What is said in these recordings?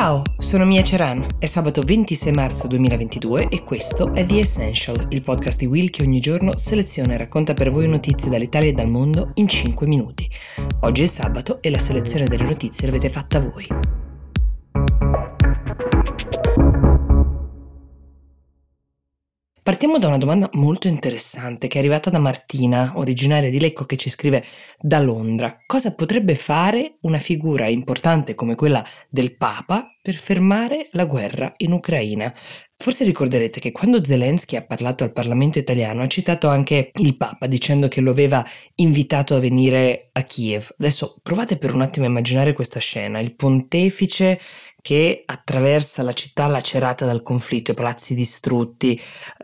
Ciao, sono Mia Ceran, è sabato 26 marzo 2022 e questo è The Essential, il podcast di Will che ogni giorno seleziona e racconta per voi notizie dall'Italia e dal mondo in 5 minuti. Oggi è sabato e la selezione delle notizie l'avete fatta voi. Partiamo da una domanda molto interessante che è arrivata da Martina, originaria di Lecco, che ci scrive da Londra. Cosa potrebbe fare una figura importante come quella del Papa per fermare la guerra in Ucraina? Forse ricorderete che quando Zelensky ha parlato al Parlamento italiano ha citato anche il Papa dicendo che lo aveva invitato a venire a Kiev. Adesso provate per un attimo a immaginare questa scena, il pontefice che attraversa la città lacerata dal conflitto, i palazzi distrutti.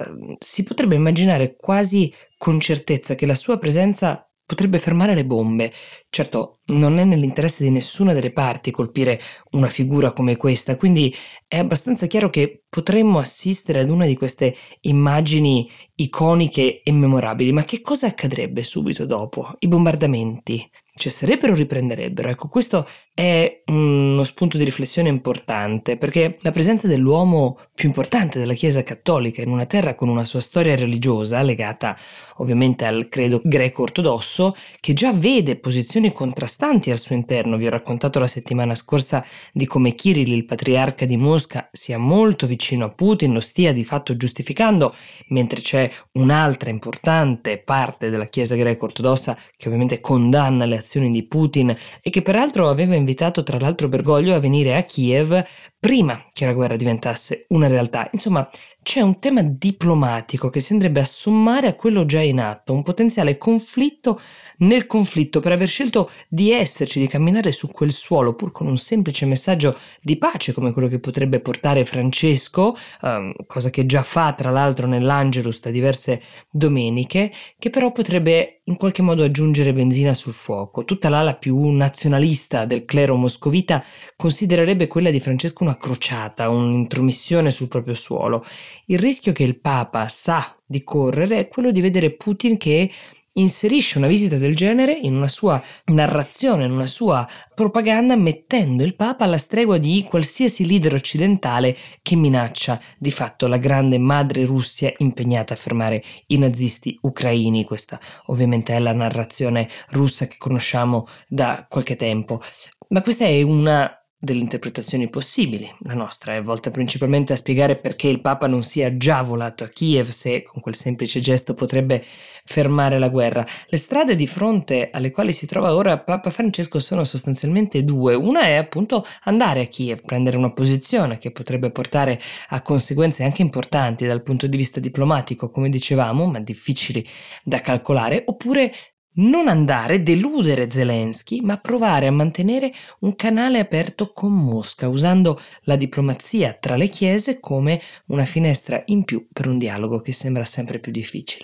Si potrebbe immaginare quasi con certezza che la sua presenza potrebbe fermare le bombe. Certo, non è nell'interesse di nessuna delle parti colpire una figura come questa, quindi è abbastanza chiaro che potremmo assistere ad una di queste immagini iconiche e memorabili. Ma che cosa accadrebbe subito dopo? I bombardamenti cesserebbero o riprenderebbero? Ecco, questo è uno spunto di riflessione importante, perché la presenza dell'uomo più importante della Chiesa cattolica in una terra con una sua storia religiosa legata ovviamente al credo greco-ortodosso, che già vede posizioni contrastanti al suo interno. Vi ho raccontato la settimana scorsa di come Kirill, il patriarca di Mosca, sia molto vicino a Putin, lo stia di fatto giustificando, mentre c'è un'altra importante parte della Chiesa greco-ortodossa che ovviamente condanna le azioni di Putin e che peraltro aveva invitato tra l'altro Bergoglio a venire a Kiev prima che la guerra diventasse una realtà. Insomma, c'è un tema diplomatico che si andrebbe a sommare a quello già in atto, un potenziale conflitto nel conflitto per aver scelto di esserci, di camminare su quel suolo pur con un semplice messaggio di pace come quello che potrebbe portare Francesco, cosa che già fa tra l'altro nell'Angelus da diverse domeniche, che però potrebbe in qualche modo aggiungere benzina sul fuoco. Tutta l'ala più nazionalista del clero moscovita considererebbe quella di Francesco una crociata, un'intromissione sul proprio suolo. Il rischio che il Papa sa di correre è quello di vedere Putin che inserisce una visita del genere in una sua narrazione, in una sua propaganda, mettendo il Papa alla stregua di qualsiasi leader occidentale che minaccia di fatto la grande madre Russia impegnata a fermare i nazisti ucraini. Questa ovviamente è la narrazione russa che conosciamo da qualche tempo. Ma questa è una delle interpretazioni possibili. La nostra è volta principalmente a spiegare perché il Papa non sia già volato a Kiev se con quel semplice gesto potrebbe fermare la guerra. Le strade di fronte alle quali si trova ora Papa Francesco sono sostanzialmente due. Una è appunto andare a Kiev, prendere una posizione che potrebbe portare a conseguenze anche importanti dal punto di vista diplomatico, come dicevamo, ma difficili da calcolare, oppure non andare, deludere Zelensky, ma provare a mantenere un canale aperto con Mosca, usando la diplomazia tra le chiese come una finestra in più per un dialogo che sembra sempre più difficile.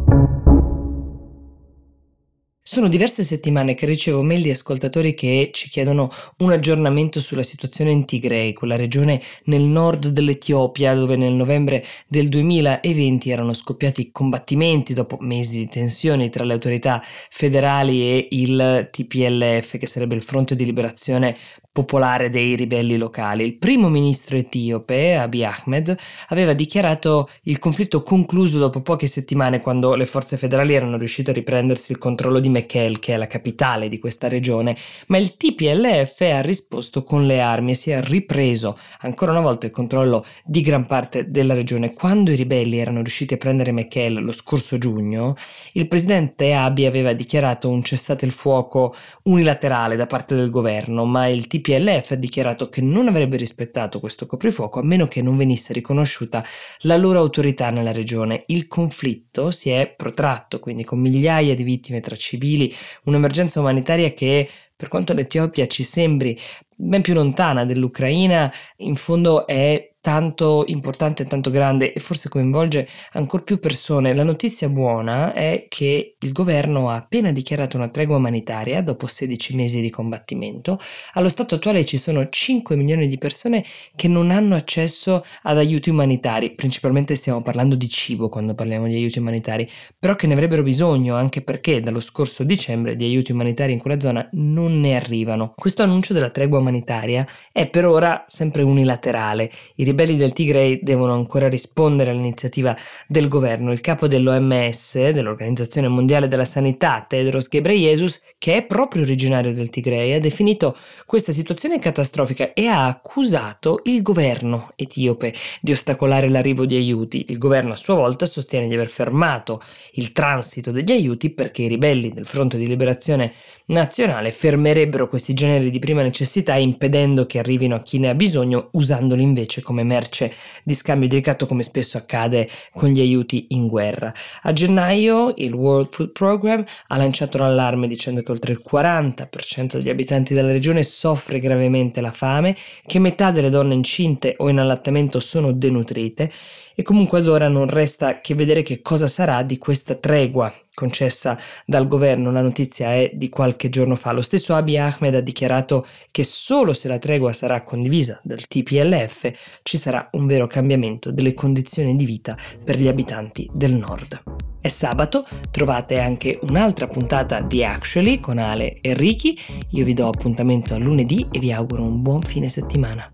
Sono diverse settimane che ricevo mail di ascoltatori che ci chiedono un aggiornamento sulla situazione in Tigray, quella regione nel nord dell'Etiopia dove nel novembre del 2020 erano scoppiati combattimenti dopo mesi di tensioni tra le autorità federali e il TPLF, che sarebbe il Fronte di Liberazione Popolare dei ribelli locali. Il primo ministro etiope, Abiy Ahmed, aveva dichiarato il conflitto concluso dopo poche settimane, quando le forze federali erano riuscite a riprendersi il controllo di Mekelle, che è la capitale di questa regione, ma il TPLF ha risposto con le armi e si è ripreso ancora una volta il controllo di gran parte della regione. Quando i ribelli erano riusciti a prendere Mekelle lo scorso giugno, il presidente Abiy aveva dichiarato un cessate il fuoco unilaterale da parte del governo, ma il TPLF ha dichiarato che non avrebbe rispettato questo coprifuoco a meno che non venisse riconosciuta la loro autorità nella regione. Il conflitto si è protratto, quindi con migliaia di vittime tra civili, un'emergenza umanitaria che, per quanto l'Etiopia ci sembri ben più lontana dell'Ucraina, in fondo è tanto importante, tanto grande e forse coinvolge ancor più persone. La notizia buona è che il governo ha appena dichiarato una tregua umanitaria dopo 16 mesi di combattimento. Allo stato attuale ci sono 5 milioni di persone che non hanno accesso ad aiuti umanitari, principalmente stiamo parlando di cibo quando parliamo di aiuti umanitari, però che ne avrebbero bisogno, anche perché dallo scorso dicembre di aiuti umanitari in quella zona non ne arrivano. Questo annuncio della tregua umanitaria è per ora sempre unilaterale. I ribelli del Tigray devono ancora rispondere all'iniziativa del governo. Il capo dell'OMS, dell'Organizzazione Mondiale della Sanità, Tedros Ghebreyesus, che è proprio originario del Tigray, ha definito questa situazione catastrofica e ha accusato il governo etiope di ostacolare l'arrivo di aiuti. Il governo a sua volta sostiene di aver fermato il transito degli aiuti perché i ribelli del Fronte di Liberazione Nazionale fermerebbero questi generi di prima necessità impedendo che arrivino a chi ne ha bisogno, usandoli invece come merce di scambio di ricatto, come spesso accade con gli aiuti in guerra. A gennaio il World Food Programme ha lanciato l'allarme dicendo che oltre il 40% degli abitanti della regione soffre gravemente la fame, che metà delle donne incinte o in allattamento sono denutrite e comunque ad ora non resta che vedere che cosa sarà di questa tregua concessa dal governo. La notizia è di qualche giorno fa. Lo stesso Abiy Ahmed ha dichiarato che solo se la tregua sarà condivisa dal TPLF ci sarà un vero cambiamento delle condizioni di vita per gli abitanti del nord. È sabato, trovate anche un'altra puntata di Actually con Ale e Ricky. Io vi do appuntamento a lunedì e vi auguro un buon fine settimana.